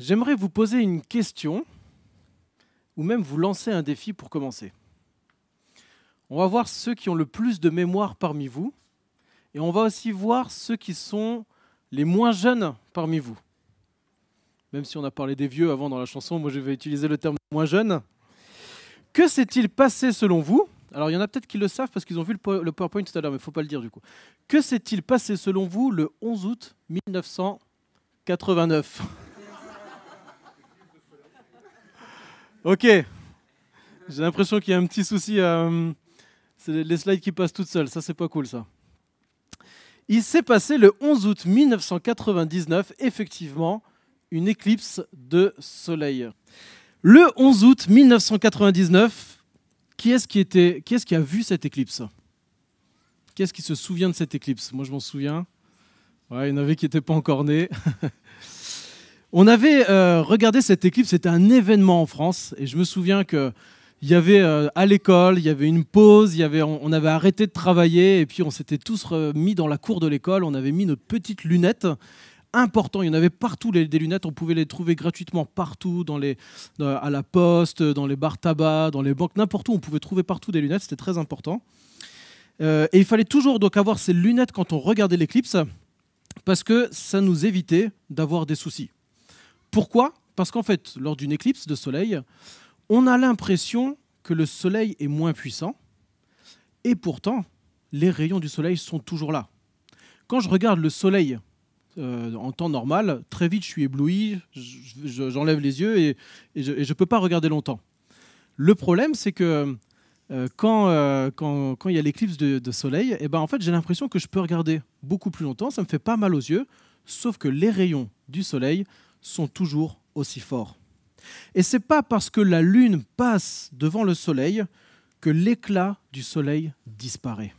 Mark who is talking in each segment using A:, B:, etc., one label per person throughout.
A: J'aimerais vous poser une question ou même vous lancer un défi pour commencer. On va voir ceux qui ont le plus de mémoire parmi vous et on va aussi voir ceux qui sont les moins jeunes parmi vous. Même si on a parlé des vieux avant dans la chanson, moi je vais utiliser le terme moins jeune. Que s'est-il passé selon vous? Alors il y en a peut-être qui le savent parce qu'ils ont vu le PowerPoint tout à l'heure, mais il ne faut pas le dire du coup. Que s'est-il passé selon vous le 11 août 1989? Ok, j'ai l'impression qu'il y a un petit souci. C'est les slides qui passent toutes seules, ça c'est pas cool ça. Il s'est passé le 11 août 1999, effectivement, une éclipse de soleil. Le 11 août 1999, qui est-ce qui a vu cette éclipse? Qui est-ce qui se souvient de cette éclipse? Moi je m'en souviens. Ouais, il y en avait qui n'étaient pas encore nés. On avait regardé cette éclipse, c'était un événement en France, et je me souviens qu'il y avait à l'école, il y avait une pause, on avait arrêté de travailler, et puis on s'était tous mis dans la cour de l'école, on avait mis nos petites lunettes. Important, il y en avait partout des lunettes, on pouvait les trouver gratuitement partout, à la poste, dans les bars tabac, dans les banques, n'importe où, on pouvait trouver partout des lunettes, c'était très important. Et il fallait toujours donc avoir ces lunettes quand on regardait l'éclipse, parce que ça nous évitait d'avoir des soucis. Pourquoi? Parce qu'en fait, lors d'une éclipse de soleil, on a l'impression que le soleil est moins puissant, et pourtant, les rayons du soleil sont toujours là. Quand je regarde le soleil en temps normal, très vite je suis ébloui, j'enlève les yeux et je ne peux pas regarder longtemps. Le problème, c'est que quand il y a l'éclipse de soleil, en fait, j'ai l'impression que je peux regarder beaucoup plus longtemps, ça me fait pas mal aux yeux, sauf que les rayons du soleil sont toujours aussi forts. Et ce n'est pas parce que la lune passe devant le soleil que l'éclat du soleil disparaît.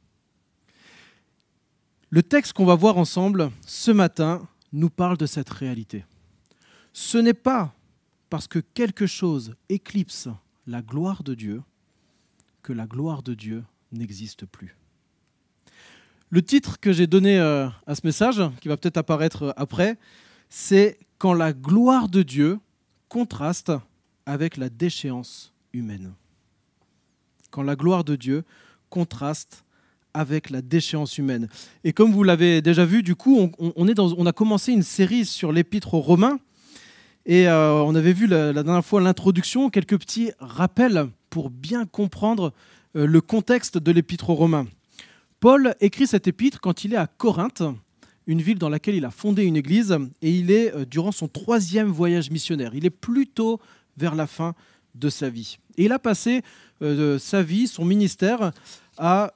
A: Le texte qu'on va voir ensemble ce matin nous parle de cette réalité. Ce n'est pas parce que quelque chose éclipse la gloire de Dieu que la gloire de Dieu n'existe plus. Le titre que j'ai donné à ce message, qui va peut-être apparaître après, c'est « Quand la gloire de Dieu contraste avec la déchéance humaine ». Quand la gloire de Dieu contraste avec la déchéance humaine. Et comme vous l'avez déjà vu, du coup, on a commencé une série sur l'épître aux Romains, et on avait vu la dernière fois l'introduction, quelques petits rappels pour bien comprendre le contexte de l'épître aux Romains. Paul écrit cette épître quand il est à Corinthe, une ville dans laquelle il a fondé une église, et il est durant son 3e voyage missionnaire. Il est plutôt vers la fin de sa vie. Et il a passé sa vie, son ministère, à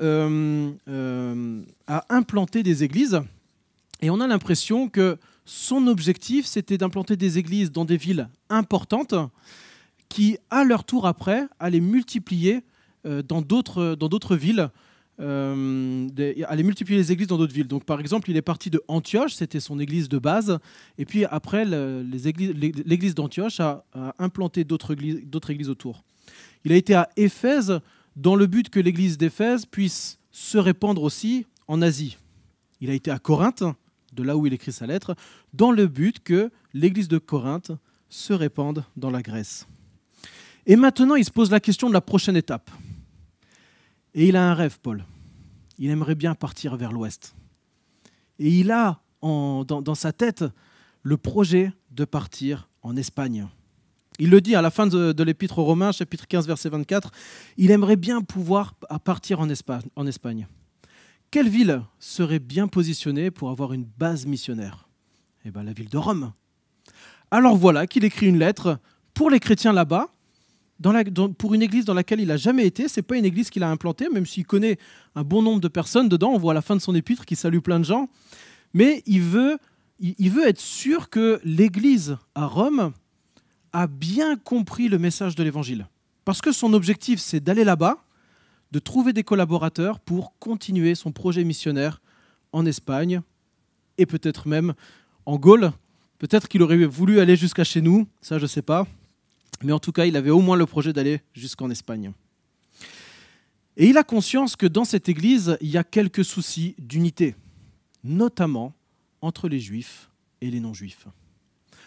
A: implanter des églises. Et on a l'impression que son objectif, c'était d'implanter des églises dans des villes importantes qui, à leur tour après, allaient multiplier dans d'autres villes, allaient multiplier les églises dans d'autres villes. Donc, par exemple, il est parti de Antioche, c'était son église de base, et puis après, l'église d'Antioche a implanté d'autres églises autour. Il a été à Éphèse dans le but que l'église d'Éphèse puisse se répandre aussi en Asie. Il a été à Corinthe, de là où il écrit sa lettre, dans le but que l'église de Corinthe se répande dans la Grèce. Et maintenant, il se pose la question de la prochaine étape. Et il a un rêve, Paul. Il aimerait bien partir vers l'ouest. Et il a dans sa tête le projet de partir en Espagne. Il le dit à la fin de l'Épître aux Romains, chapitre 15, verset 24, il aimerait bien pouvoir partir en Espagne. Quelle ville serait bien positionnée pour avoir une base missionnaire? Eh bien, la ville de Rome. Alors voilà qu'il écrit une lettre pour les chrétiens là-bas, pour une église dans laquelle il n'a jamais été. Ce n'est pas une église qu'il a implantée, même s'il connaît un bon nombre de personnes dedans. On voit à la fin de son épître qu'il salue plein de gens. Mais il veut être sûr que l'église à Rome a bien compris le message de l'Évangile. Parce que son objectif, c'est d'aller là-bas, de trouver des collaborateurs pour continuer son projet missionnaire en Espagne et peut-être même en Gaule. Peut-être qu'il aurait voulu aller jusqu'à chez nous, ça je ne sais pas. Mais en tout cas, il avait au moins le projet d'aller jusqu'en Espagne. Et il a conscience que dans cette église, il y a quelques soucis d'unité, notamment entre les juifs et les non-juifs.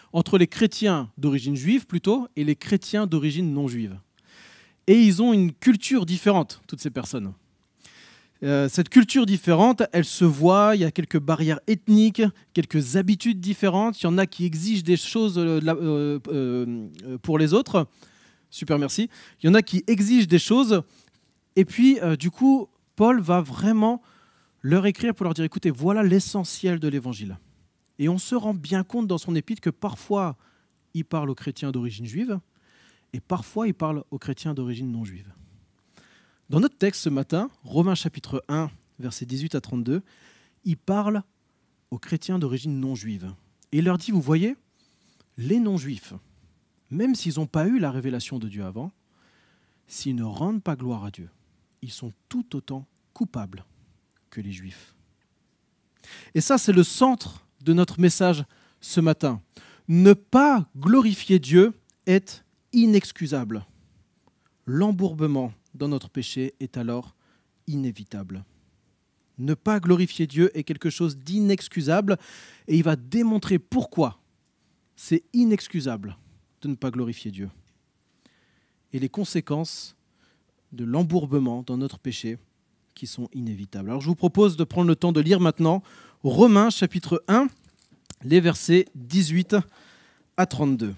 A: entre les chrétiens d'origine juive plutôt et les chrétiens d'origine non juive. Et ils ont une culture différente, toutes ces personnes. Cette culture différente, elle se voit, il y a quelques barrières ethniques, quelques habitudes différentes, il y en a qui exigent des choses pour les autres. Super, merci. Il y en a qui exigent des choses, et puis du coup, Paul va vraiment leur écrire pour leur dire, écoutez, voilà l'essentiel de l'évangile. Et on se rend bien compte dans son épître que parfois, il parle aux chrétiens d'origine juive, et parfois, il parle aux chrétiens d'origine non juive. Dans notre texte ce matin, Romains chapitre 1, versets 18 à 32, il parle aux chrétiens d'origine non juive. Et il leur dit, vous voyez, les non-juifs, même s'ils n'ont pas eu la révélation de Dieu avant, s'ils ne rendent pas gloire à Dieu, ils sont tout autant coupables que les juifs. Et ça, c'est le centre de notre message ce matin. Ne pas glorifier Dieu est inexcusable. L'embourbement dans notre péché est alors inévitable. Ne pas glorifier Dieu est quelque chose d'inexcusable et il va démontrer pourquoi c'est inexcusable de ne pas glorifier Dieu. Et les conséquences de l'embourbement dans notre péché qui sont inévitables. Alors je vous propose de prendre le temps de lire maintenant Romains chapitre 1, les versets 18 à 32.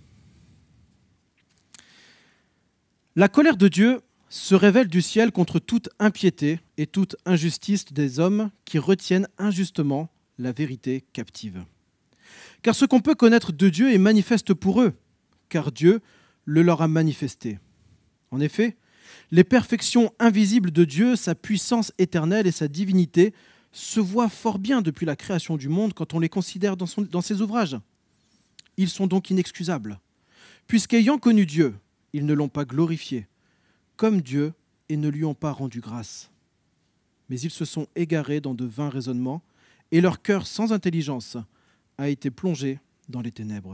A: La colère de Dieu se révèle du ciel contre toute impiété et toute injustice des hommes qui retiennent injustement la vérité captive. Car ce qu'on peut connaître de Dieu est manifeste pour eux, car Dieu le leur a manifesté. En effet, les perfections invisibles de Dieu, sa puissance éternelle et sa divinité se voient fort bien depuis la création du monde quand on les considère dans ses ouvrages. Ils sont donc inexcusables, puisqu'ayant connu Dieu, ils ne l'ont pas glorifié comme Dieu et ne lui ont pas rendu grâce. Mais ils se sont égarés dans de vains raisonnements et leur cœur sans intelligence a été plongé dans les ténèbres.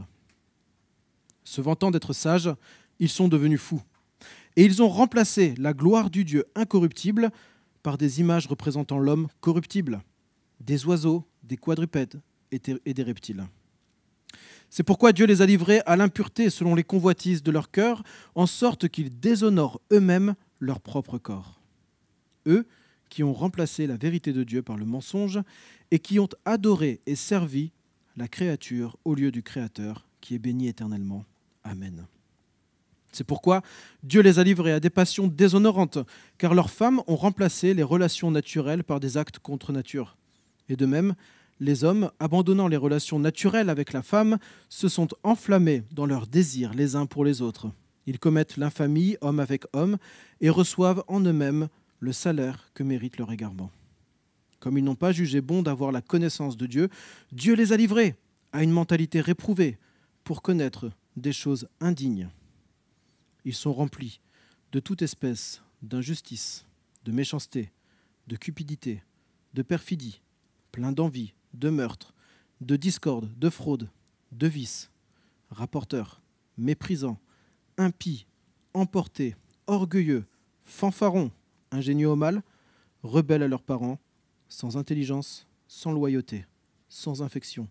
A: Se vantant d'être sages, ils sont devenus fous. Et ils ont remplacé la gloire du Dieu incorruptible par des images représentant l'homme corruptible, des oiseaux, des quadrupèdes et des reptiles. C'est pourquoi Dieu les a livrés à l'impureté selon les convoitises de leur cœur, en sorte qu'ils déshonorent eux-mêmes leur propre corps. Eux qui ont remplacé la vérité de Dieu par le mensonge et qui ont adoré et servi la créature au lieu du Créateur, qui est béni éternellement. Amen. C'est pourquoi Dieu les a livrés à des passions déshonorantes, car leurs femmes ont remplacé les relations naturelles par des actes contre nature. Et de même, les hommes, abandonnant les relations naturelles avec la femme, se sont enflammés dans leurs désirs les uns pour les autres. Ils commettent l'infamie, homme avec homme, et reçoivent en eux-mêmes le salaire que mérite leur égarement. Comme ils n'ont pas jugé bon d'avoir la connaissance de Dieu, Dieu les a livrés à une mentalité réprouvée pour connaître des choses indignes. Ils sont remplis de toute espèce d'injustice, de méchanceté, de cupidité, de perfidie, pleins d'envie, de meurtre, de discorde, de fraude, de vice, rapporteurs, méprisants, impies, emportés, orgueilleux, fanfarons, ingénieux au mal, rebelles à leurs parents, sans intelligence, sans loyauté, sans affection,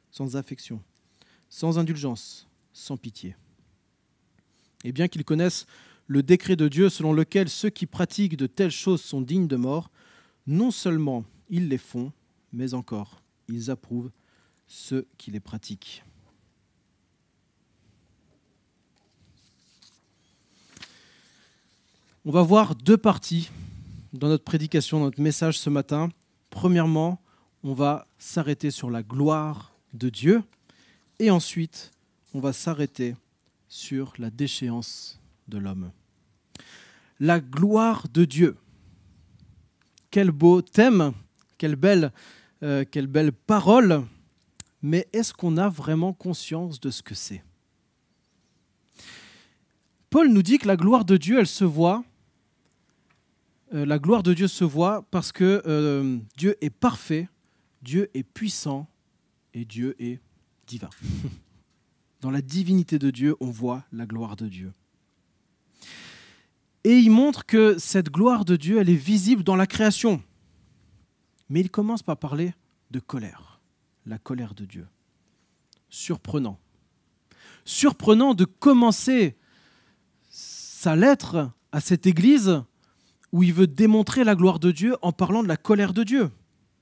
A: sans indulgence, sans pitié. Et bien qu'ils connaissent le décret de Dieu selon lequel ceux qui pratiquent de telles choses sont dignes de mort, non seulement ils les font, mais encore ils approuvent ceux qui les pratiquent. On va voir deux parties dans notre prédication, dans notre message ce matin. Premièrement, on va s'arrêter sur la gloire de Dieu et ensuite, on va s'arrêter sur la déchéance de l'homme. La gloire de Dieu. Quel beau thème, quelle belle parole, mais est-ce qu'on a vraiment conscience de ce que c'est ? Paul nous dit que la gloire de Dieu, elle se voit. La gloire de Dieu se voit parce que Dieu est parfait, Dieu est puissant et Dieu est divin. Dans la divinité de Dieu, on voit la gloire de Dieu. Et il montre que cette gloire de Dieu, elle est visible dans la création. Mais il commence par parler de colère, la colère de Dieu. Surprenant surprenant de commencer sa lettre à cette église où il veut démontrer la gloire de Dieu en parlant de la colère de Dieu.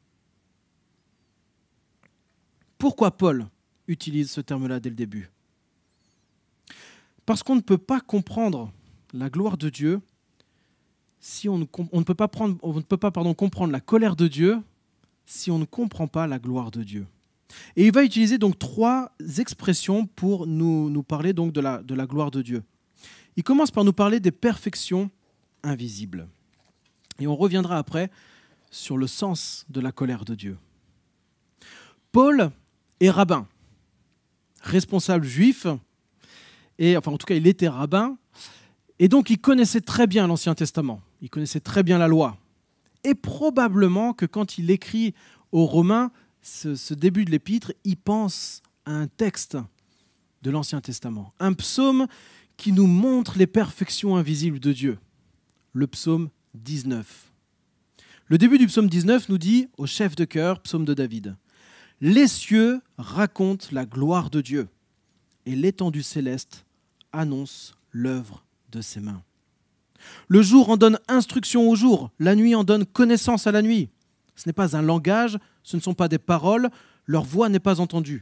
A: Pourquoi Paul utilise ce terme-là dès le début? Parce qu'on ne peut pas comprendre la gloire de Dieu si on ne peut pas comprendre la colère de Dieu si on ne comprend pas la gloire de Dieu. Et il va utiliser donc 3 expressions pour nous parler donc de la gloire de Dieu. Il commence par nous parler des perfections invisibles. Et on reviendra après sur le sens de la colère de Dieu. Paul est rabbin, responsable juif, en tout cas il était rabbin, et donc il connaissait très bien l'Ancien Testament, il connaissait très bien la loi. Et probablement que quand il écrit aux Romains ce début de l'épître, il pense à un texte de l'Ancien Testament, un psaume qui nous montre les perfections invisibles de Dieu, le psaume 19. Le début du psaume 19 nous dit, au chef de chœur, psaume de David, « Les cieux racontent la gloire de Dieu, et l'étendue céleste annonce l'œuvre de ses mains. Le jour en donne instruction au jour, la nuit en donne connaissance à la nuit. Ce n'est pas un langage, ce ne sont pas des paroles, leur voix n'est pas entendue.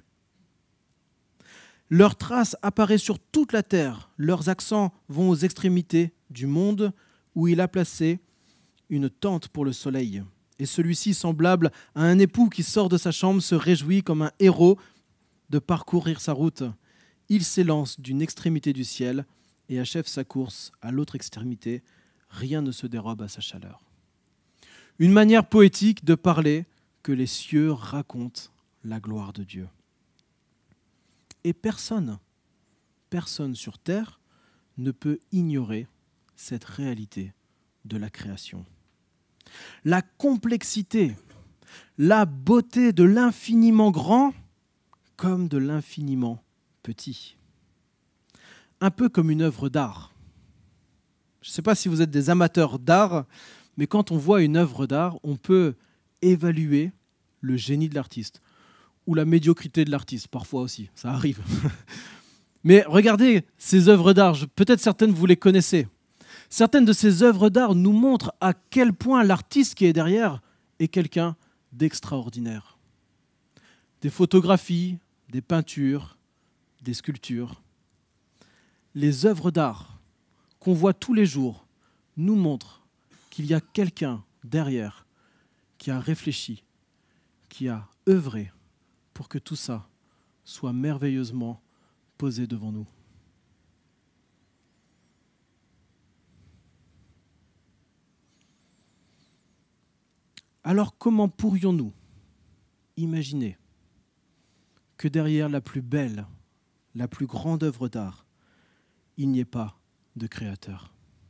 A: Leur trace apparaît sur toute la terre, leurs accents vont aux extrémités du monde où il a placé une tente pour le soleil. Et celui-ci, semblable à un époux qui sort de sa chambre, se réjouit comme un héros de parcourir sa route. Il s'élance d'une extrémité du ciel et achève sa course à l'autre extrémité. Rien ne se dérobe à sa chaleur. » Une manière poétique de parler que les cieux racontent la gloire de Dieu. Et personne sur terre ne peut ignorer cette réalité de la création. La complexité, la beauté de l'infiniment grand comme de l'infiniment petit. Un peu comme une œuvre d'art. Je ne sais pas si vous êtes des amateurs d'art, mais quand on voit une œuvre d'art, on peut évaluer le génie de l'artiste ou la médiocrité de l'artiste, parfois aussi, ça arrive. Mais regardez ces œuvres d'art, peut-être certaines vous les connaissez. Certaines de ces œuvres d'art nous montrent à quel point l'artiste qui est derrière est quelqu'un d'extraordinaire. Des photographies, des peintures, des sculptures. Les œuvres d'art qu'on voit tous les jours nous montrent qu'il y a quelqu'un derrière qui a réfléchi, qui a œuvré pour que tout ça soit merveilleusement posé devant nous. Alors comment pourrions-nous imaginer que derrière la plus belle, la plus grande œuvre d'art, il n'y ait pas de créateur ?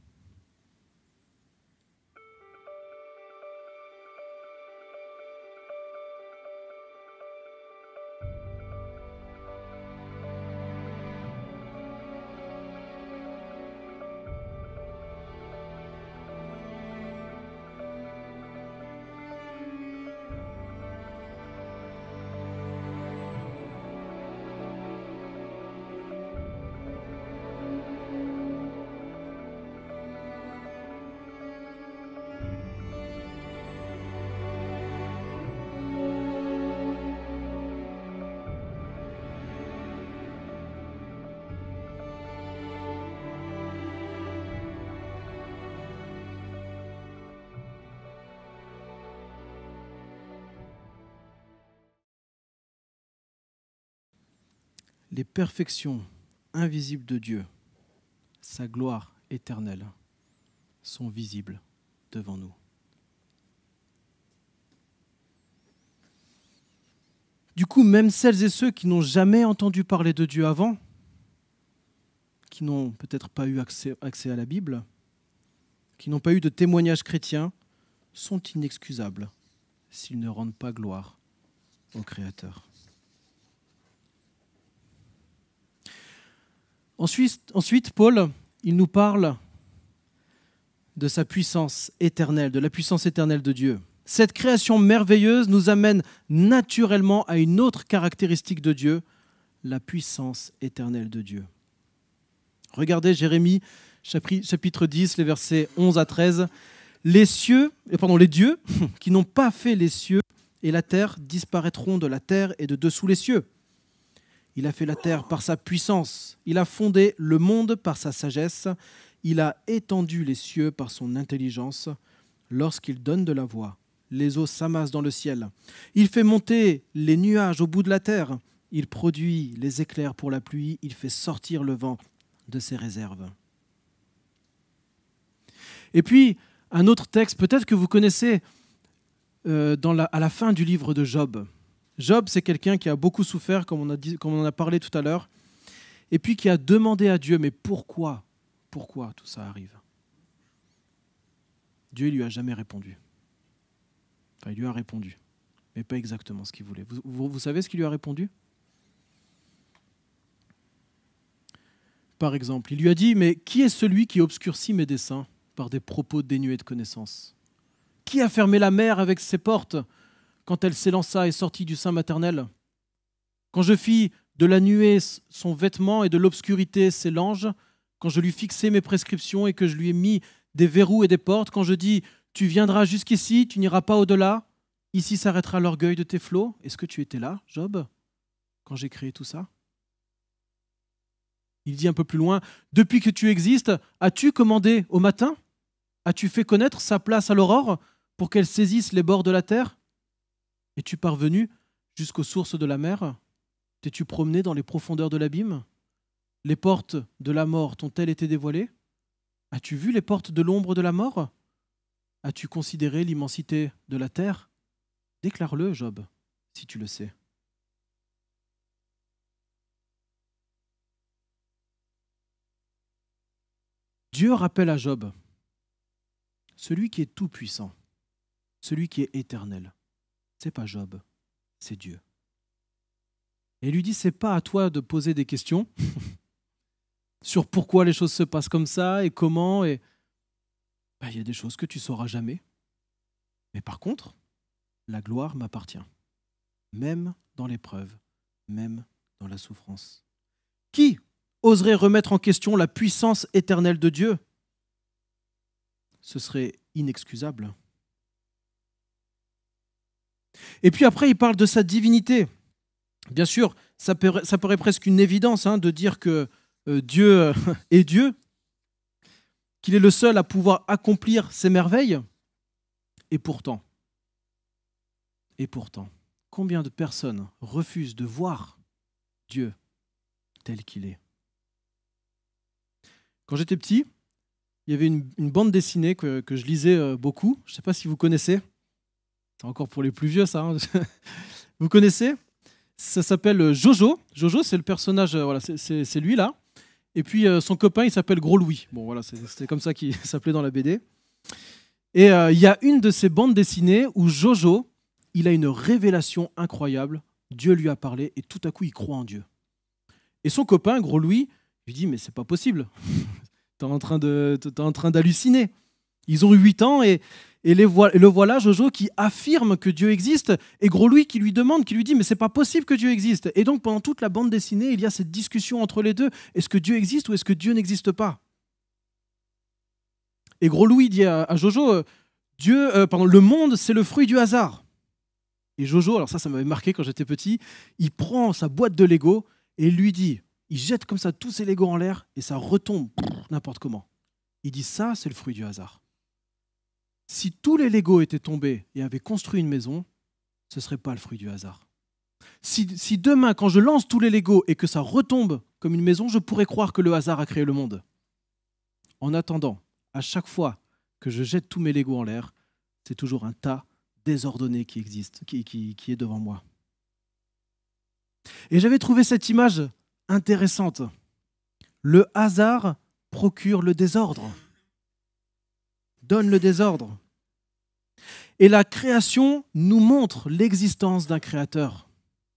A: Les perfections invisibles de Dieu, sa gloire éternelle, sont visibles devant nous. Du coup, même celles et ceux qui n'ont jamais entendu parler de Dieu avant, qui n'ont peut-être pas eu accès à la Bible, qui n'ont pas eu de témoignage chrétien, sont inexcusables s'ils ne rendent pas gloire au Créateur. Ensuite, Paul, il nous parle de sa puissance éternelle, de la puissance éternelle de Dieu. Cette création merveilleuse nous amène naturellement à une autre caractéristique de Dieu, la puissance éternelle de Dieu. Regardez Jérémie, chapitre 10, les versets 11 à 13. Les dieux qui n'ont pas fait les cieux et la terre disparaîtront de la terre et de dessous les cieux. Il a fait la terre par sa puissance. Il a fondé le monde par sa sagesse. Il a étendu les cieux par son intelligence. Lorsqu'il donne de la voix, les eaux s'amassent dans le ciel. Il fait monter les nuages au bout de la terre. Il produit les éclairs pour la pluie. Il fait sortir le vent de ses réserves. Et puis, un autre texte, peut-être que vous connaissez à la fin du livre de Job. Job, c'est quelqu'un qui a beaucoup souffert, comme on en a parlé tout à l'heure, et puis qui a demandé à Dieu, mais pourquoi tout ça arrive? Dieu ne lui a jamais répondu. Enfin, il lui a répondu, mais pas exactement ce qu'il voulait. Vous savez ce qu'il lui a répondu? Par exemple, il lui a dit, mais qui est celui qui obscurcit mes desseins par des propos dénués de connaissance? Qui a fermé la mer avec ses portes quand elle s'élança et sortit du sein maternel? Quand je fis de la nuée son vêtement et de l'obscurité ses langes, quand je lui fixai mes prescriptions et que je lui ai mis des verrous et des portes, quand je dis « Tu viendras jusqu'ici, tu n'iras pas au-delà, ici s'arrêtera l'orgueil de tes flots », est-ce que tu étais là, Job, quand j'ai créé tout ça? Il dit un peu plus loin « Depuis que tu existes, as-tu commandé au matin? As-tu fait connaître sa place à l'aurore pour qu'elle saisisse les bords de la terre? Es-tu parvenu jusqu'aux sources de la mer? T'es-tu promené dans les profondeurs de l'abîme? Les portes de la mort t'ont-elles été dévoilées? As-tu vu les portes de l'ombre de la mort? As-tu considéré l'immensité de la terre? Déclare-le, Job, si tu le sais. Dieu rappelle à Job, celui qui est tout-puissant, celui qui est éternel, c'est pas Job, c'est Dieu. Et il lui dit, c'est pas à toi de poser des questions sur pourquoi les choses se passent comme ça et comment. Et y a des choses que tu sauras jamais. Mais par contre, la gloire m'appartient, même dans l'épreuve, même dans la souffrance. Qui oserait remettre en question la puissance éternelle de Dieu? Ce serait inexcusable. Et puis après, il parle de sa divinité. Bien sûr, ça paraît presque une évidence de dire que Dieu est Dieu, qu'il est le seul à pouvoir accomplir ses merveilles. Et pourtant, combien de personnes refusent de voir Dieu tel qu'il est? Quand j'étais petit, il y avait une bande dessinée que je lisais beaucoup. Je ne sais pas si vous connaissez. C'est encore pour les plus vieux, ça. Vous connaissez? Ça s'appelle Jojo. Jojo, c'est le personnage, voilà, c'est lui là. Et puis son copain, il s'appelle Gros Louis. Bon, voilà, c'était comme ça qu'il s'appelait dans la BD. Et il y a une de ces bandes dessinées où Jojo, il a une révélation incroyable. Dieu lui a parlé et tout à coup, il croit en Dieu. Et son copain, Gros Louis, lui dit, mais c'est pas possible. T'es en train d'halluciner. Ils ont eu 8 ans et le voilà, Jojo, qui affirme que Dieu existe, et Gros Louis qui lui dit, mais c'est pas possible que Dieu existe. Et donc, pendant toute la bande dessinée, il y a cette discussion entre les deux. Est-ce que Dieu existe ou est-ce que Dieu n'existe pas? Et Gros Louis dit à Jojo, le monde, c'est le fruit du hasard. Et Jojo, alors ça m'avait marqué quand j'étais petit, il prend sa boîte de Lego et il lui dit, il jette comme ça tous ses Legos en l'air et ça retombe n'importe comment. Il dit, ça, c'est le fruit du hasard. Si tous les Legos étaient tombés et avaient construit une maison, ce ne serait pas le fruit du hasard. Si demain, quand je lance tous les Legos et que ça retombe comme une maison, je pourrais croire que le hasard a créé le monde. En attendant, à chaque fois que je jette tous mes Legos en l'air, c'est toujours un tas désordonné qui existe, qui est devant moi. Et j'avais trouvé cette image intéressante. Le hasard procure le désordre, donne le désordre. Et la création nous montre l'existence d'un créateur.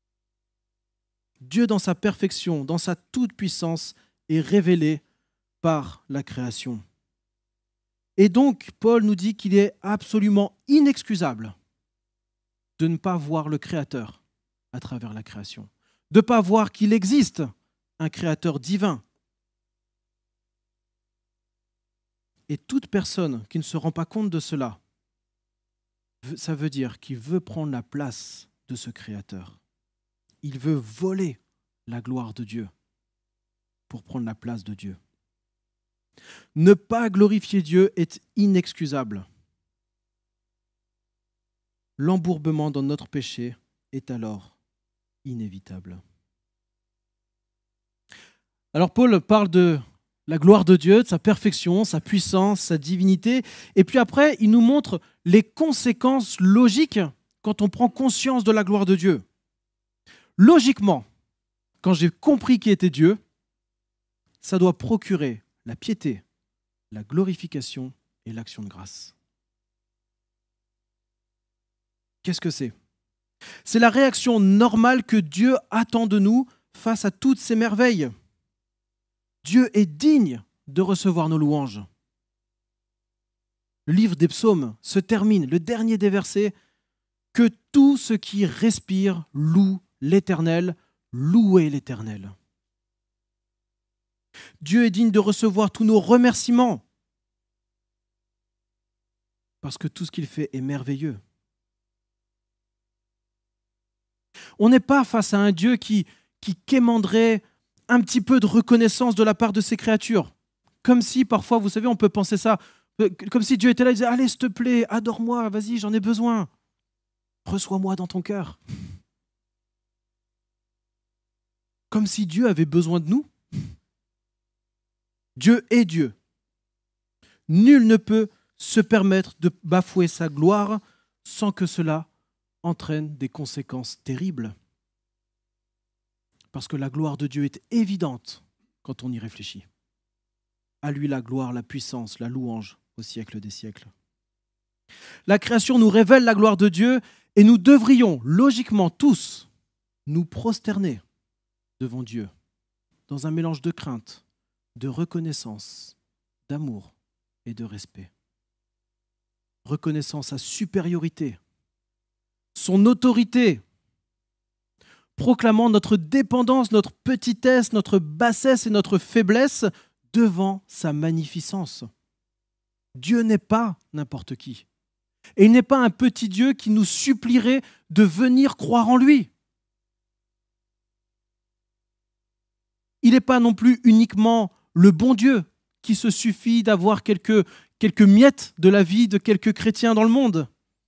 A: Dieu, dans sa perfection, dans sa toute-puissance, est révélé par la création. Et donc, Paul nous dit qu'il est absolument inexcusable de ne pas voir le Créateur à travers la création, de ne pas voir qu'il existe un créateur divin. Et toute personne qui ne se rend pas compte de cela, ça veut dire qu'il veut prendre la place de ce créateur. Il veut voler la gloire de Dieu pour prendre la place de Dieu. Ne pas glorifier Dieu est inexcusable. L'embourbement dans notre péché est alors inévitable. Alors Paul parle de la gloire de Dieu, de sa perfection, sa puissance, sa divinité, et puis après, il nous montre les conséquences logiques quand on prend conscience de la gloire de Dieu. Logiquement, quand j'ai compris qui était Dieu, ça doit procurer la piété, la glorification et l'action de grâce. Qu'est-ce que c'est ? C'est la réaction normale que Dieu attend de nous face à toutes ces merveilles. Dieu est digne de recevoir nos louanges. Le livre des psaumes se termine, le dernier des versets, « Que tout ce qui respire loue l'Éternel, louez l'Éternel. » Dieu est digne de recevoir tous nos remerciements parce que tout ce qu'il fait est merveilleux. On n'est pas face à un Dieu qui quémanderait un petit peu de reconnaissance de la part de ses créatures. Comme si, parfois, vous savez, on peut penser ça, comme si Dieu était là, il disait « Allez, s'il te plaît, adore-moi, vas-y, j'en ai besoin. Reçois-moi dans ton cœur. » Comme si Dieu avait besoin de nous. Dieu est Dieu. Nul ne peut se permettre de bafouer sa gloire sans que cela entraîne des conséquences terribles. Parce que la gloire de Dieu est évidente quand on y réfléchit. À lui la gloire, la puissance, la louange au siècle des siècles. La création nous révèle la gloire de Dieu et nous devrions logiquement tous nous prosterner devant Dieu dans un mélange de crainte, de reconnaissance, d'amour et de respect. Reconnaissant sa supériorité, son autorité, proclamant notre dépendance, notre petitesse, notre bassesse et notre faiblesse devant sa magnificence. Dieu n'est pas n'importe qui. Et il n'est pas un petit Dieu qui nous supplierait de venir croire en lui. Il n'est pas non plus uniquement le bon Dieu qui se suffit d'avoir quelques miettes de la vie de quelques chrétiens dans le monde,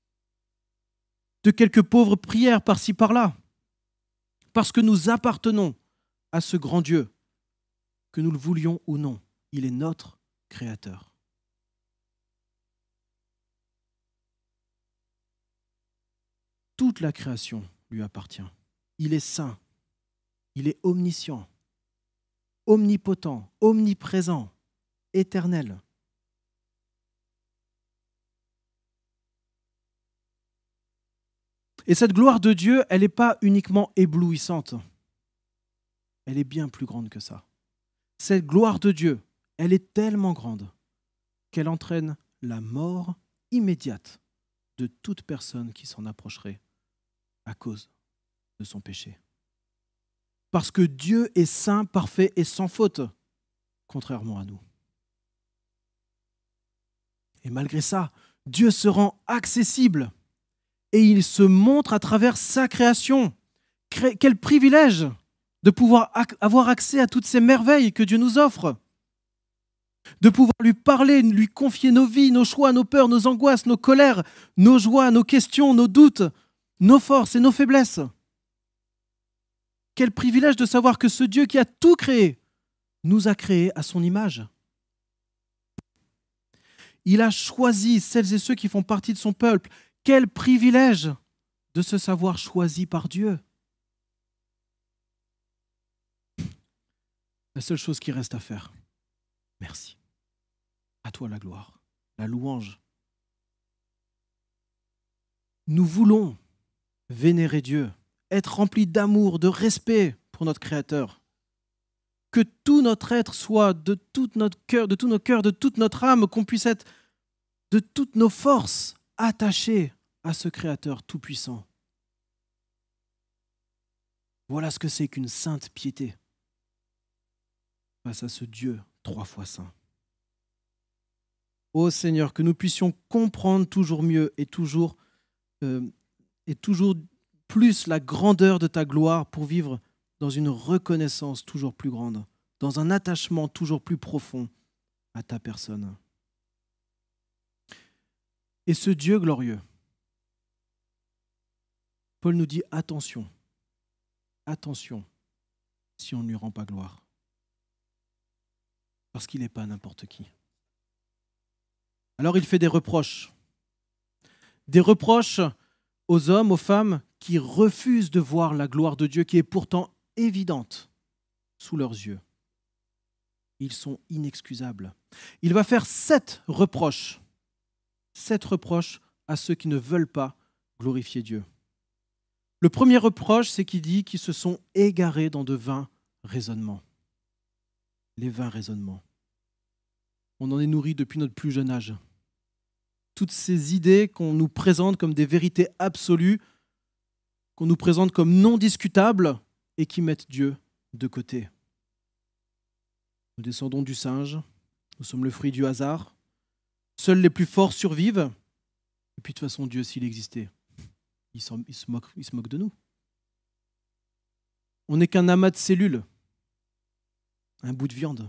A: de quelques pauvres prières par-ci par-là. Parce que nous appartenons à ce grand Dieu, que nous le voulions ou non. Il est notre Créateur. Toute la création lui appartient. Il est saint, il est omniscient, omnipotent, omniprésent, éternel. Et cette gloire de Dieu, elle n'est pas uniquement éblouissante. Elle est bien plus grande que ça. Cette gloire de Dieu, elle est tellement grande qu'elle entraîne la mort immédiate de toute personne qui s'en approcherait à cause de son péché. Parce que Dieu est saint, parfait et sans faute, contrairement à nous. Et malgré ça, Dieu se rend accessible. Et il se montre à travers sa création. Quel privilège de pouvoir avoir accès à toutes ces merveilles que Dieu nous offre. De pouvoir lui parler, lui confier nos vies, nos choix, nos peurs, nos angoisses, nos colères, nos joies, nos questions, nos doutes, nos forces et nos faiblesses. Quel privilège de savoir que ce Dieu qui a tout créé nous a créés à son image. Il a choisi celles et ceux qui font partie de son peuple. Quel privilège de se savoir choisi par Dieu. La seule chose qui reste à faire, merci. À toi la gloire, la louange. Nous voulons vénérer Dieu, être remplis d'amour, de respect pour notre Créateur. Que tout notre être soit de tout notre cœur, de tous nos cœurs, de toute notre âme, qu'on puisse être de toutes nos forces attachés à ce Créateur tout-puissant. Voilà ce que c'est qu'une sainte piété face à ce Dieu 3 fois saint. Ô Seigneur, que nous puissions comprendre toujours mieux et toujours plus la grandeur de ta gloire pour vivre dans une reconnaissance toujours plus grande, dans un attachement toujours plus profond à ta personne. Et ce Dieu glorieux, Paul nous dit attention, attention si on ne lui rend pas gloire. Parce qu'il n'est pas n'importe qui. Alors il fait des reproches aux hommes, aux femmes qui refusent de voir la gloire de Dieu qui est pourtant évidente sous leurs yeux. Ils sont inexcusables. Il va faire 7 reproches à ceux qui ne veulent pas glorifier Dieu. Le premier reproche, c'est qu'il dit qu'ils se sont égarés dans de vains raisonnements. Les vains raisonnements. On en est nourri depuis notre plus jeune âge. Toutes ces idées qu'on nous présente comme des vérités absolues, qu'on nous présente comme non discutables et qui mettent Dieu de côté. Nous descendons du singe, nous sommes le fruit du hasard, seuls les plus forts survivent, et puis de toute façon Dieu, s'il existait, il se moque de nous. On n'est qu'un amas de cellules, un bout de viande.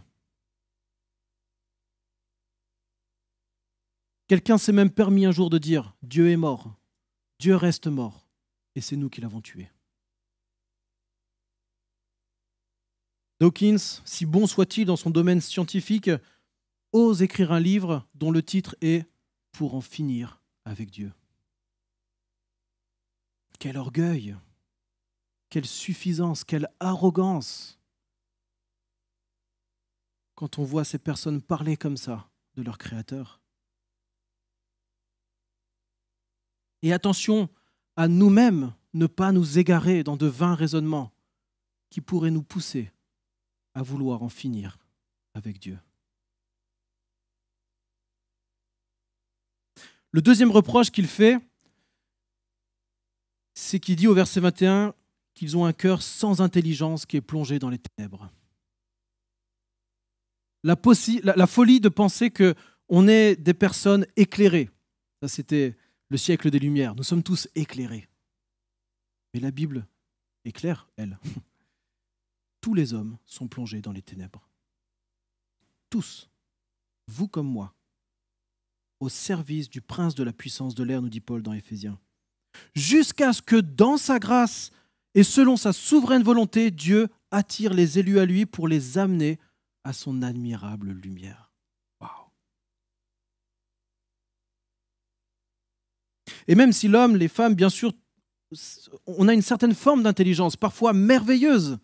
A: Quelqu'un s'est même permis un jour de dire « Dieu est mort, Dieu reste mort, et c'est nous qui l'avons tué ». Dawkins, si bon soit-il dans son domaine scientifique, ose écrire un livre dont le titre est « Pour en finir avec Dieu ». Quel orgueil, quelle suffisance, quelle arrogance quand on voit ces personnes parler comme ça de leur Créateur. Et attention à nous-mêmes ne pas nous égarer dans de vains raisonnements qui pourraient nous pousser à vouloir en finir avec Dieu. Le deuxième reproche qu'il fait, c'est qu'il dit au verset 21 qu'ils ont un cœur sans intelligence qui est plongé dans les ténèbres. La folie de penser qu'on est des personnes éclairées. Ça, c'était le siècle des Lumières. Nous sommes tous éclairés. Mais la Bible est claire, elle. Tous les hommes sont plongés dans les ténèbres. Tous, vous comme moi, au service du prince de la puissance de l'air, nous dit Paul dans Éphésiens. Jusqu'à ce que dans sa grâce et selon sa souveraine volonté, Dieu attire les élus à lui pour les amener à son admirable lumière. Waouh! Et même si l'homme, les femmes, bien sûr, on a une certaine forme d'intelligence, parfois merveilleuse,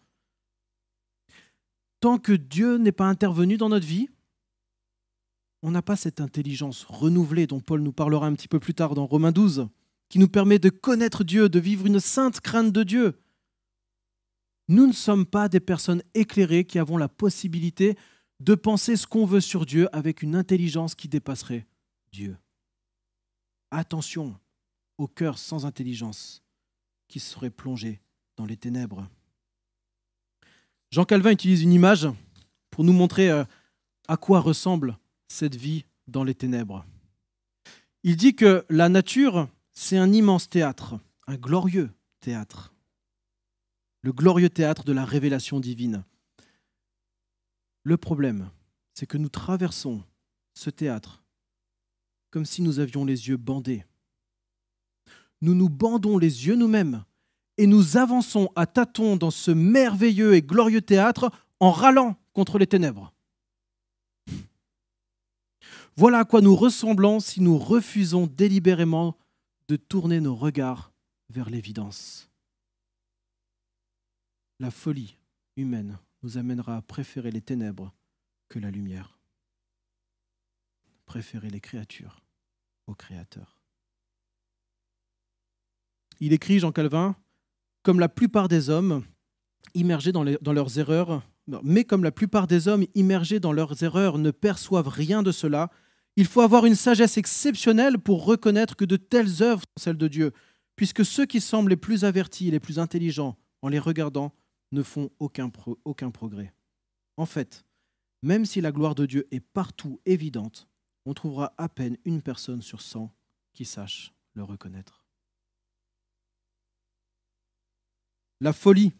A: tant que Dieu n'est pas intervenu dans notre vie, on n'a pas cette intelligence renouvelée dont Paul nous parlera un petit peu plus tard dans Romains 12, qui nous permet de connaître Dieu, de vivre une sainte crainte de Dieu. Nous ne sommes pas des personnes éclairées qui avons la possibilité de penser ce qu'on veut sur Dieu avec une intelligence qui dépasserait Dieu. Attention au cœur sans intelligence qui serait plongé dans les ténèbres. Jean Calvin utilise une image pour nous montrer à quoi ressemble cette vie dans les ténèbres. Il dit que la nature, c'est un immense théâtre, un glorieux théâtre. Le glorieux théâtre de la révélation divine. Le problème, c'est que nous traversons ce théâtre comme si nous avions les yeux bandés. Nous nous bandons les yeux nous-mêmes et nous avançons à tâtons dans ce merveilleux et glorieux théâtre en râlant contre les ténèbres. Voilà à quoi nous ressemblons si nous refusons délibérément de tourner nos regards vers l'évidence. La folie humaine nous amènera à préférer les ténèbres que la lumière. Préférer les créatures au Créateur. Il écrit, Jean Calvin, comme la plupart des hommes immergés dans leurs erreurs, mais comme la plupart des hommes immergés dans leurs erreurs ne perçoivent rien de cela, il faut avoir une sagesse exceptionnelle pour reconnaître que de telles œuvres sont celles de Dieu, puisque ceux qui semblent les plus avertis et les plus intelligents en les regardant, ne font aucun progrès. En fait, même si la gloire de Dieu est partout évidente, on trouvera à peine une personne sur 100 qui sache le reconnaître. La folie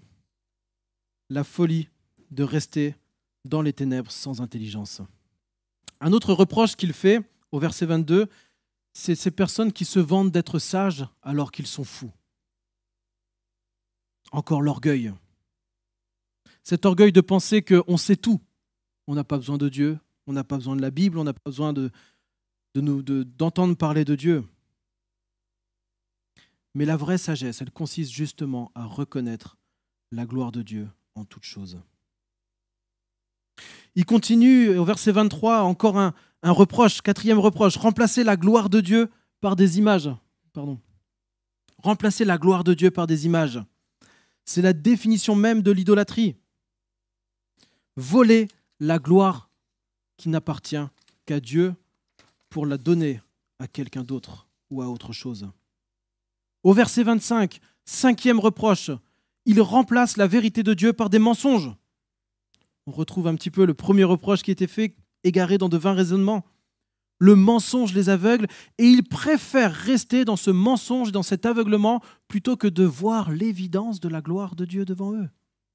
A: de rester dans les ténèbres sans intelligence. Un autre reproche qu'il fait au verset 22, c'est ces personnes qui se vantent d'être sages alors qu'ils sont fous. Encore l'orgueil. Cet orgueil de penser qu'on sait tout. On n'a pas besoin de Dieu, on n'a pas besoin de la Bible, on n'a pas besoin d'entendre parler de Dieu. Mais la vraie sagesse, elle consiste justement à reconnaître la gloire de Dieu en toutes choses. Il continue au verset 23, encore un reproche, quatrième reproche, remplacer la gloire de Dieu par des images. Remplacer la gloire de Dieu par des images. C'est la définition même de l'idolâtrie. Voler la gloire qui n'appartient qu'à Dieu pour la donner à quelqu'un d'autre ou à autre chose. Au verset 25, cinquième reproche, il remplace la vérité de Dieu par des mensonges. On retrouve un petit peu le premier reproche qui était fait, égaré dans de vains raisonnements. Le mensonge les aveugle et ils préfèrent rester dans ce mensonge, dans cet aveuglement, plutôt que de voir l'évidence de la gloire de Dieu devant eux.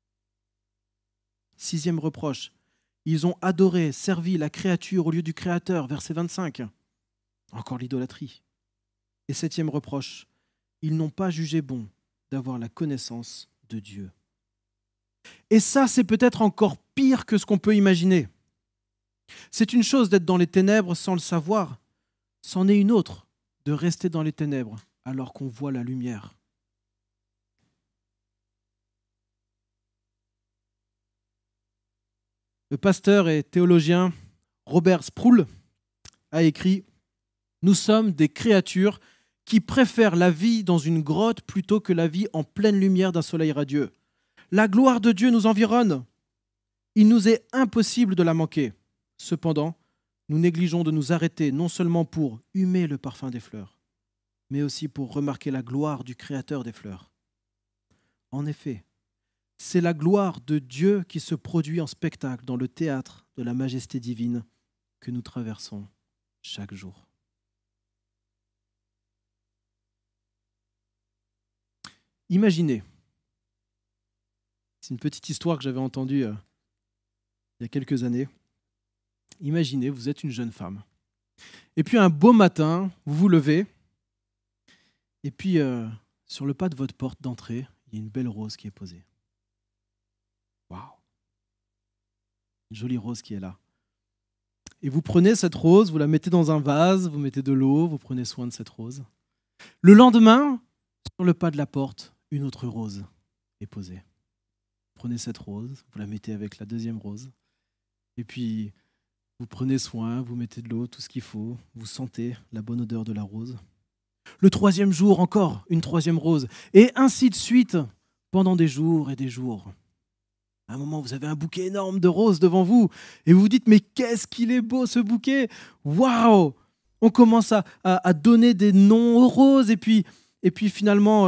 A: Sixième reproche, ils ont adoré, servi la créature au lieu du Créateur, verset 25. Encore l'idolâtrie. Et septième reproche, ils n'ont pas jugé bon d'avoir la connaissance de Dieu. Et ça, c'est peut-être encore pire que ce qu'on peut imaginer. C'est une chose d'être dans les ténèbres sans le savoir, c'en est une autre de rester dans les ténèbres alors qu'on voit la lumière. Le pasteur et théologien Robert Sproul a écrit « Nous sommes des créatures qui préfèrent la vie dans une grotte plutôt que la vie en pleine lumière d'un soleil radieux. La gloire de Dieu nous environne. Il nous est impossible de la manquer. Cependant, nous négligeons de nous arrêter non seulement pour humer le parfum des fleurs, mais aussi pour remarquer la gloire du Créateur des fleurs. En effet, c'est la gloire de Dieu qui se produit en spectacle dans le théâtre de la majesté divine que nous traversons chaque jour. » Imaginez, c'est une petite histoire que j'avais entendue il y a quelques années. Imaginez, vous êtes une jeune femme. Et puis un beau matin, vous vous levez, et puis sur le pas de votre porte d'entrée, il y a une belle rose qui est posée. Waouh! Une jolie rose qui est là. Et vous prenez cette rose, vous la mettez dans un vase, vous mettez de l'eau, vous prenez soin de cette rose. Le lendemain, sur le pas de la porte, une autre rose est posée. Vous prenez cette rose, vous la mettez avec la deuxième rose, et puis vous prenez soin, vous mettez de l'eau, tout ce qu'il faut, vous sentez la bonne odeur de la rose. Le troisième jour, encore une troisième rose, et ainsi de suite, pendant des jours et des jours. À un moment, vous avez un bouquet énorme de roses devant vous, et vous vous dites, mais qu'est-ce qu'il est beau ce bouquet! Waouh! On commence à donner des noms aux roses, et puis finalement,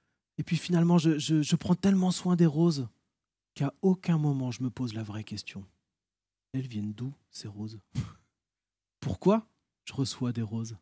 A: je prends tellement soin des roses qu'à aucun moment je me pose la vraie question. Elles viennent d'où, ces roses? Pourquoi je reçois des roses?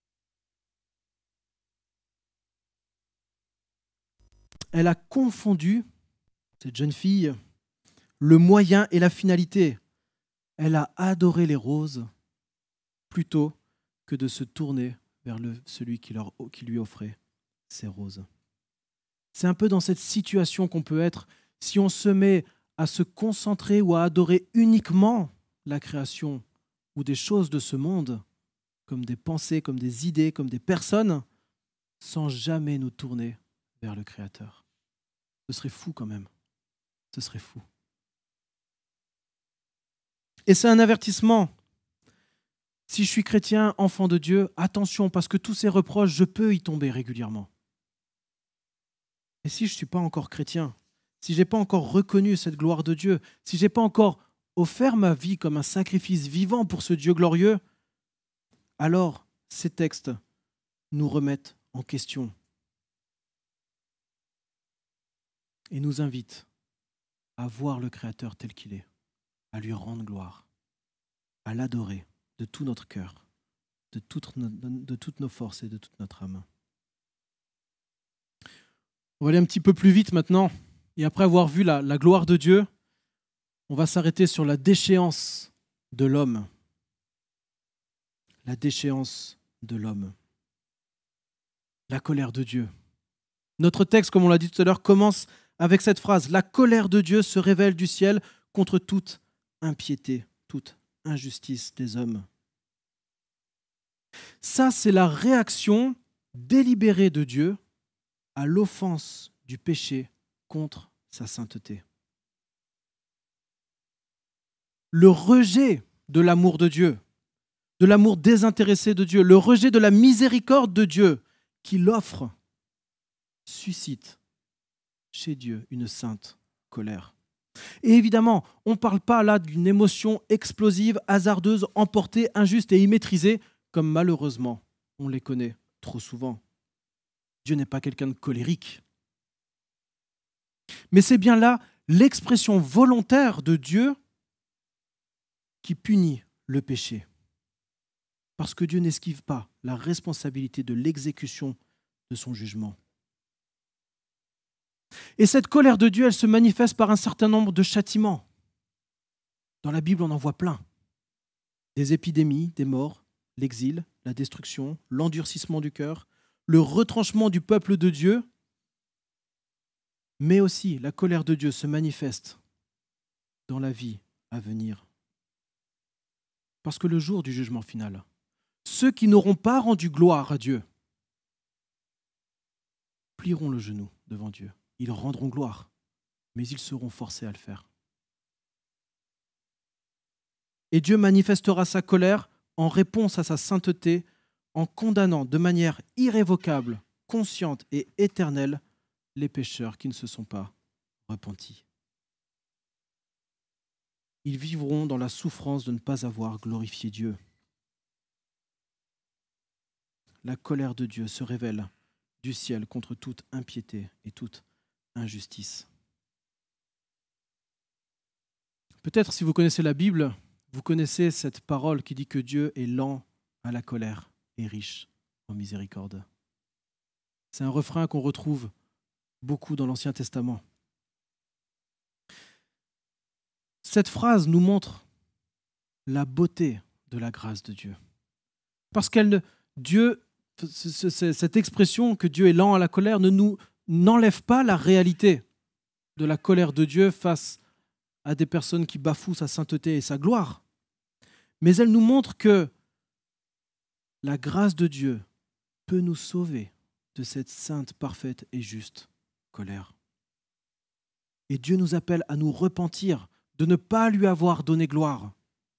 A: Elle a confondu, cette jeune fille, le moyen et la finalité. Elle a adoré les roses plutôt que de se tourner vers celui qui lui offrait ces roses. C'est un peu dans cette situation qu'on peut être si on se met à se concentrer ou à adorer uniquement la création ou des choses de ce monde, comme des pensées, comme des idées, comme des personnes, sans jamais nous tourner vers le Créateur. Ce serait fou quand même. Ce serait fou. Et c'est un avertissement. Si je suis chrétien, enfant de Dieu, attention, parce que tous ces reproches, je peux y tomber régulièrement. Et si je ne suis pas encore chrétien, si je n'ai pas encore reconnu cette gloire de Dieu, si je n'ai pas encore offert ma vie comme un sacrifice vivant pour ce Dieu glorieux, alors ces textes nous remettent en question. et nous invite à voir le Créateur tel qu'il est, à lui rendre gloire, à l'adorer de tout notre cœur, de toutes nos forces et de toute notre âme. On va aller un petit peu plus vite maintenant, et après avoir vu la gloire de Dieu, on va s'arrêter sur la déchéance de l'homme. La déchéance de l'homme. La colère de Dieu. Notre texte, comme on l'a dit tout à l'heure, commence avec cette phrase. La colère de Dieu se révèle du ciel contre toute impiété, toute injustice des hommes. Ça, c'est la réaction délibérée de Dieu à l'offense du péché contre sa sainteté. Le rejet de l'amour de Dieu, de l'amour désintéressé de Dieu, le rejet de la miséricorde de Dieu qu'il offre, suscite chez Dieu une sainte colère. Et évidemment, on ne parle pas là d'une émotion explosive, hasardeuse, emportée, injuste et immaîtrisée, comme malheureusement on les connaît trop souvent. Dieu n'est pas quelqu'un de colérique. Mais c'est bien là l'expression volontaire de Dieu qui punit le péché. Parce que Dieu n'esquive pas la responsabilité de l'exécution de son jugement. Et cette colère de Dieu, elle se manifeste par un certain nombre de châtiments. Dans la Bible, on en voit plein. Des épidémies, des morts, l'exil, la destruction, l'endurcissement du cœur, le retranchement du peuple de Dieu, mais aussi la colère de Dieu se manifeste dans la vie à venir. Parce que le jour du jugement final, ceux qui n'auront pas rendu gloire à Dieu plieront le genou devant Dieu. Ils rendront gloire, mais ils seront forcés à le faire. Et Dieu manifestera sa colère en réponse à sa sainteté, en condamnant de manière irrévocable, consciente et éternelle les pécheurs qui ne se sont pas repentis. Ils vivront dans la souffrance de ne pas avoir glorifié Dieu. La colère de Dieu se révèle du ciel contre toute impiété et toute injustice. Peut-être si vous connaissez la Bible, vous connaissez cette parole qui dit que Dieu est lent à la colère et riche en miséricorde. C'est un refrain qu'on retrouve beaucoup dans l'Ancien Testament. Cette phrase nous montre la beauté de la grâce de Dieu. Parce cette expression que Dieu est lent à la colère n'enlève pas la réalité de la colère de Dieu face à des personnes qui bafouent sa sainteté et sa gloire. Mais elle nous montre que la grâce de Dieu peut nous sauver de cette sainte, parfaite et juste colère. Et Dieu nous appelle à nous repentir de ne pas lui avoir donné gloire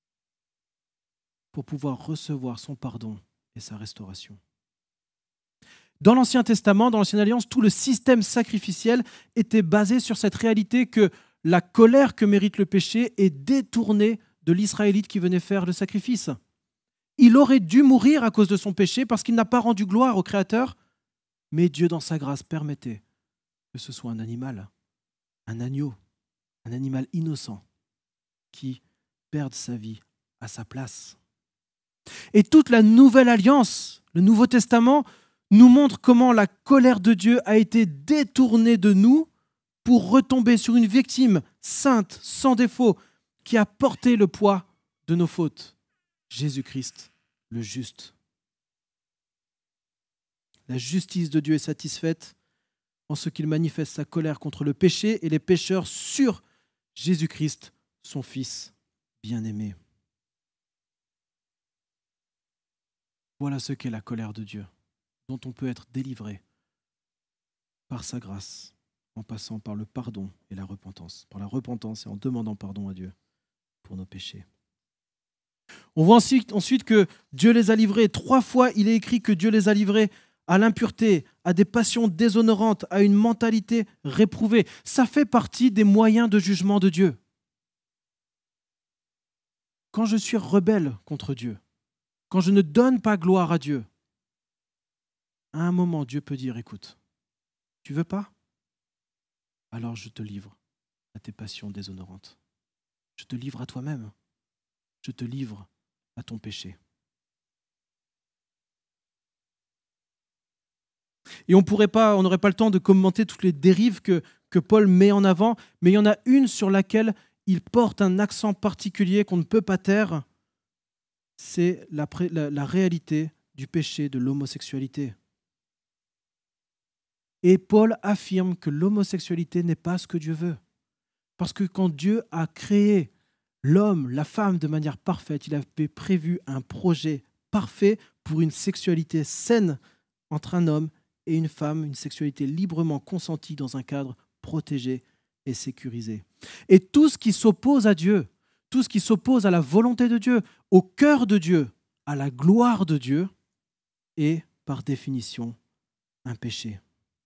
A: pour pouvoir recevoir son pardon et sa restauration. Dans l'Ancien Testament, dans l'Ancienne Alliance, tout le système sacrificiel était basé sur cette réalité que la colère que mérite le péché est détournée de l'Israélite qui venait faire le sacrifice. Il aurait dû mourir à cause de son péché parce qu'il n'a pas rendu gloire au Créateur, mais Dieu, dans sa grâce, permettait que ce soit un animal, un agneau, un animal innocent qui perde sa vie à sa place. Et toute la Nouvelle Alliance, le Nouveau Testament, nous montre comment la colère de Dieu a été détournée de nous pour retomber sur une victime sainte, sans défaut, qui a porté le poids de nos fautes. Jésus-Christ, le juste. La justice de Dieu est satisfaite en ce qu'il manifeste sa colère contre le péché et les pécheurs sur Jésus-Christ, son Fils bien-aimé. Voilà ce qu'est la colère de Dieu, dont on peut être délivré par sa grâce, en passant par le pardon et la repentance, par la repentance et en demandant pardon à Dieu pour nos péchés. On voit ensuite que Dieu les a livrés. 3 fois, il est écrit que Dieu les a livrés à l'impureté, à des passions déshonorantes, à une mentalité réprouvée. Ça fait partie des moyens de jugement de Dieu. Quand je suis rebelle contre Dieu, quand je ne donne pas gloire à Dieu, à un moment, Dieu peut dire, écoute, tu veux pas ? alors je te livre à tes passions déshonorantes. Je te livre à toi-même. Je te livre à ton péché. Et on n'aurait pas le temps de commenter toutes les dérives que Paul met en avant, mais il y en a une sur laquelle il porte un accent particulier qu'on ne peut pas taire, c'est la réalité du péché de l'homosexualité. Et Paul affirme que l'homosexualité n'est pas ce que Dieu veut. Parce que quand Dieu a créé l'homme, la femme de manière parfaite, il avait prévu un projet parfait pour une sexualité saine entre un homme et une femme, une sexualité librement consentie dans un cadre protégé et sécurisé. Et tout ce qui s'oppose à Dieu, tout ce qui s'oppose à la volonté de Dieu, au cœur de Dieu, à la gloire de Dieu, est par définition un péché.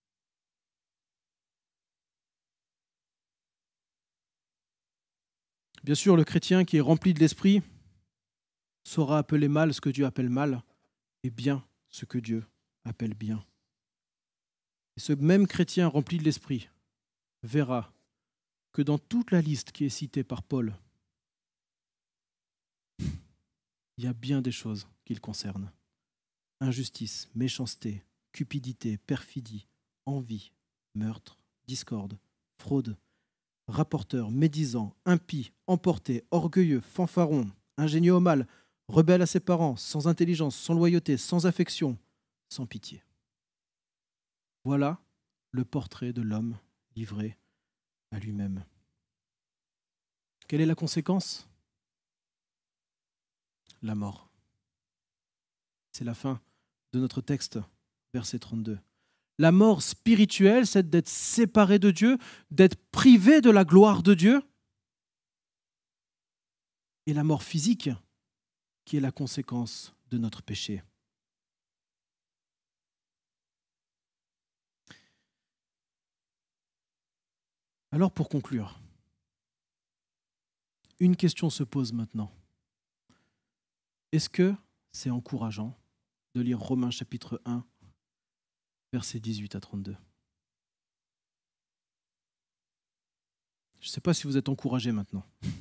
A: Bien sûr, le chrétien qui est rempli de l'esprit saura appeler mal ce que Dieu appelle mal et bien ce que Dieu appelle bien. Et ce même chrétien rempli de l'esprit verra que dans toute la liste qui est citée par Paul, il y a bien des choses qui le concernent. Injustice, méchanceté, cupidité, perfidie, envie, meurtre, discorde, fraude, rapporteur, médisant, impie, emporté, orgueilleux, fanfaron, ingénieux au mal, rebelle à ses parents, sans intelligence, sans loyauté, sans affection, sans pitié. Voilà le portrait de l'homme livré à lui-même. Quelle est la conséquence ? La mort. C'est la fin de notre texte, verset 32. La mort spirituelle, c'est d'être séparé de Dieu, d'être privé de la gloire de Dieu. Et la mort physique, qui est la conséquence de notre péché. Alors pour conclure, une question se pose maintenant. Est-ce que c'est encourageant de lire Romains chapitre 1, versets 18 à 32 ? Je ne sais pas si vous êtes encouragés maintenant.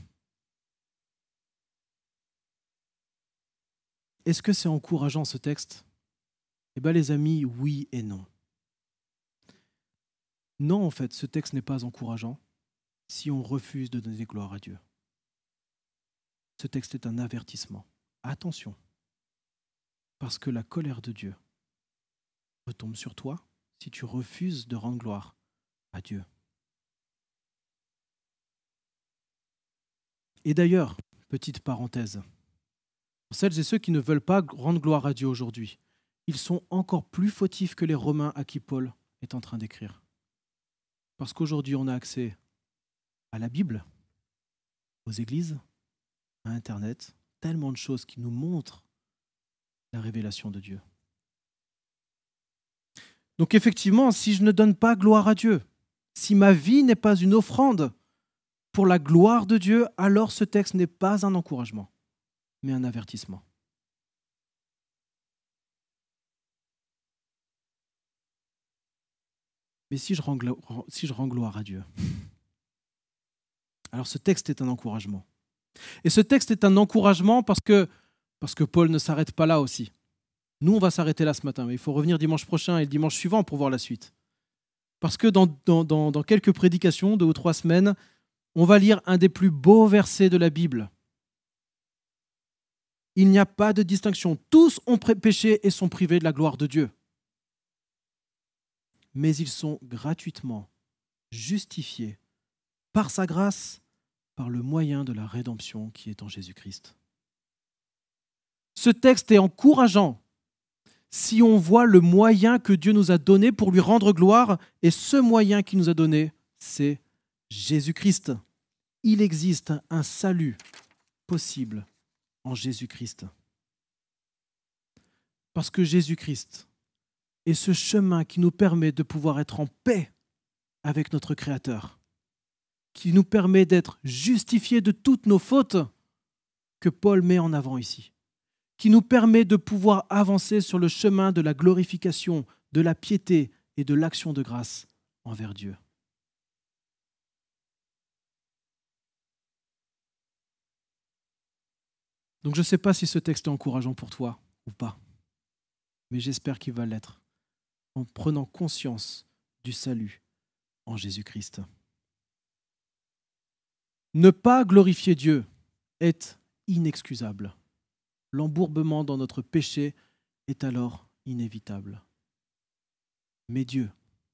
A: Est-ce que c'est encourageant ce texte ? Eh bien les amis, oui et non. Non, en fait, ce texte n'est pas encourageant si on refuse de donner gloire à Dieu. Ce texte est un avertissement. Attention, parce que la colère de Dieu retombe sur toi si tu refuses de rendre gloire à Dieu. Et d'ailleurs, petite parenthèse, pour celles et ceux qui ne veulent pas rendre gloire à Dieu aujourd'hui, ils sont encore plus fautifs que les Romains à qui Paul est en train d'écrire. Parce qu'aujourd'hui, on a accès à la Bible, aux églises, à Internet, tellement de choses qui nous montrent la révélation de Dieu. Donc effectivement, si je ne donne pas gloire à Dieu, si ma vie n'est pas une offrande pour la gloire de Dieu, alors ce texte n'est pas un encouragement, mais un avertissement. Mais si je rends gloire à Dieu, alors ce texte est un encouragement. Et ce texte est un encouragement parce que Paul ne s'arrête pas là aussi. Nous, on va s'arrêter là ce matin, mais il faut revenir dimanche prochain et le dimanche suivant pour voir la suite. Parce que dans quelques prédications, 2 ou 3 semaines, on va lire un des plus beaux versets de la Bible. Il n'y a pas de distinction. Tous ont péché et sont privés de la gloire de Dieu. Mais ils sont gratuitement justifiés par sa grâce, par le moyen de la rédemption qui est en Jésus-Christ. Ce texte est encourageant si on voit le moyen que Dieu nous a donné pour lui rendre gloire, et ce moyen qu'il nous a donné, c'est Jésus-Christ. Il existe un salut possible en Jésus-Christ. Parce que Jésus-Christ est ce chemin qui nous permet de pouvoir être en paix avec notre Créateur, qui nous permet d'être justifiés de toutes nos fautes que Paul met en avant ici, qui nous permet de pouvoir avancer sur le chemin de la glorification, de la piété et de l'action de grâce envers Dieu. Donc je ne sais pas si ce texte est encourageant pour toi ou pas, mais j'espère qu'il va l'être en prenant conscience du salut en Jésus-Christ. Ne pas glorifier Dieu est inexcusable. L'embourbement dans notre péché est alors inévitable. Mais Dieu,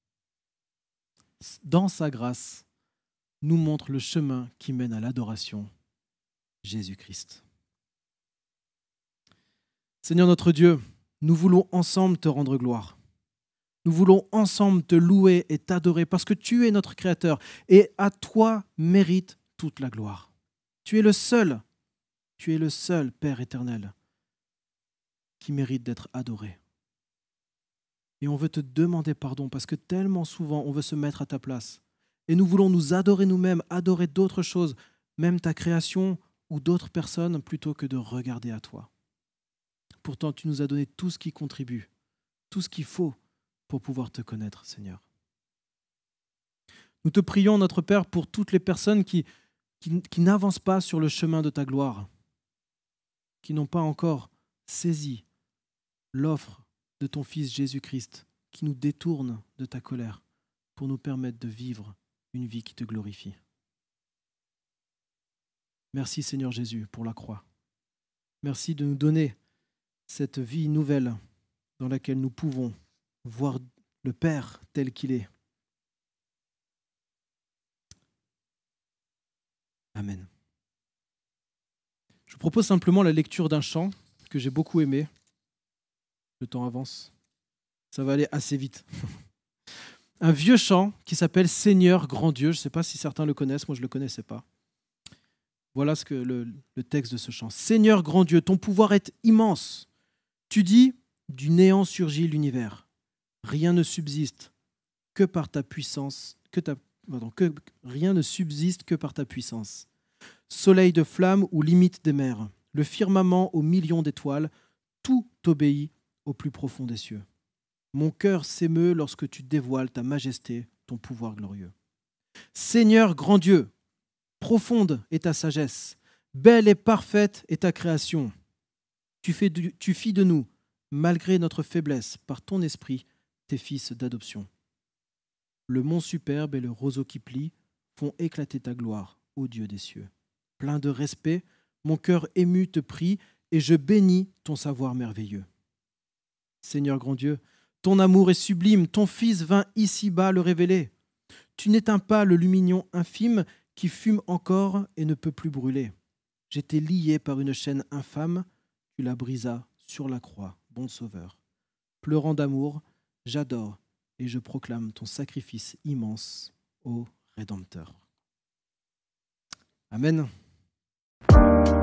A: dans sa grâce, nous montre le chemin qui mène à l'adoration, Jésus-Christ. Seigneur notre Dieu, nous voulons ensemble te rendre gloire. Nous voulons ensemble te louer et t'adorer parce que tu es notre Créateur et à toi mérite toute la gloire. Tu es le seul Père éternel qui mérite d'être adoré. Et on veut te demander pardon parce que tellement souvent on veut se mettre à ta place. Et nous voulons nous adorer nous-mêmes, adorer d'autres choses, même ta création ou d'autres personnes, plutôt que de regarder à toi. Pourtant, tu nous as donné tout ce qui contribue, tout ce qu'il faut pour pouvoir te connaître, Seigneur. Nous te prions, notre Père, pour toutes les personnes qui n'avancent pas sur le chemin de ta gloire, qui n'ont pas encore saisi l'offre de ton Fils Jésus-Christ, qui nous détourne de ta colère pour nous permettre de vivre une vie qui te glorifie. Merci Seigneur Jésus pour la croix. Merci de nous donner cette vie nouvelle dans laquelle nous pouvons voir le Père tel qu'il est. Amen. Je vous propose simplement la lecture d'un chant que j'ai beaucoup aimé. Le temps avance. Ça va aller assez vite. Un vieux chant qui s'appelle « Seigneur, grand Dieu ». Je ne sais pas si certains le connaissent, moi je ne le connaissais pas. Voilà ce que le texte de ce chant. « Seigneur, grand Dieu, ton pouvoir est immense. Tu dis, du néant surgit l'univers. Rien ne subsiste que par ta puissance, rien ne subsiste que par ta puissance. Soleil de flamme ou limite des mers, le firmament aux millions d'étoiles, tout obéit au plus profond des cieux. Mon cœur s'émeut lorsque tu dévoiles ta majesté, ton pouvoir glorieux. Seigneur grand Dieu, profonde est ta sagesse, belle et parfaite est ta création. Tu fis de nous, malgré notre faiblesse, par ton esprit, tes fils d'adoption. Le mont superbe et le roseau qui plie font éclater ta gloire, ô Dieu des cieux. Plein de respect, mon cœur ému te prie et je bénis ton savoir merveilleux. Seigneur grand Dieu, ton amour est sublime, ton Fils vint ici-bas le révéler. Tu n'éteins pas le lumignon infime qui fume encore et ne peut plus brûler. J'étais lié par une chaîne infâme, tu la brisas sur la croix, bon Sauveur. Pleurant d'amour, j'adore et je proclame ton sacrifice immense, ô Rédempteur. Amen.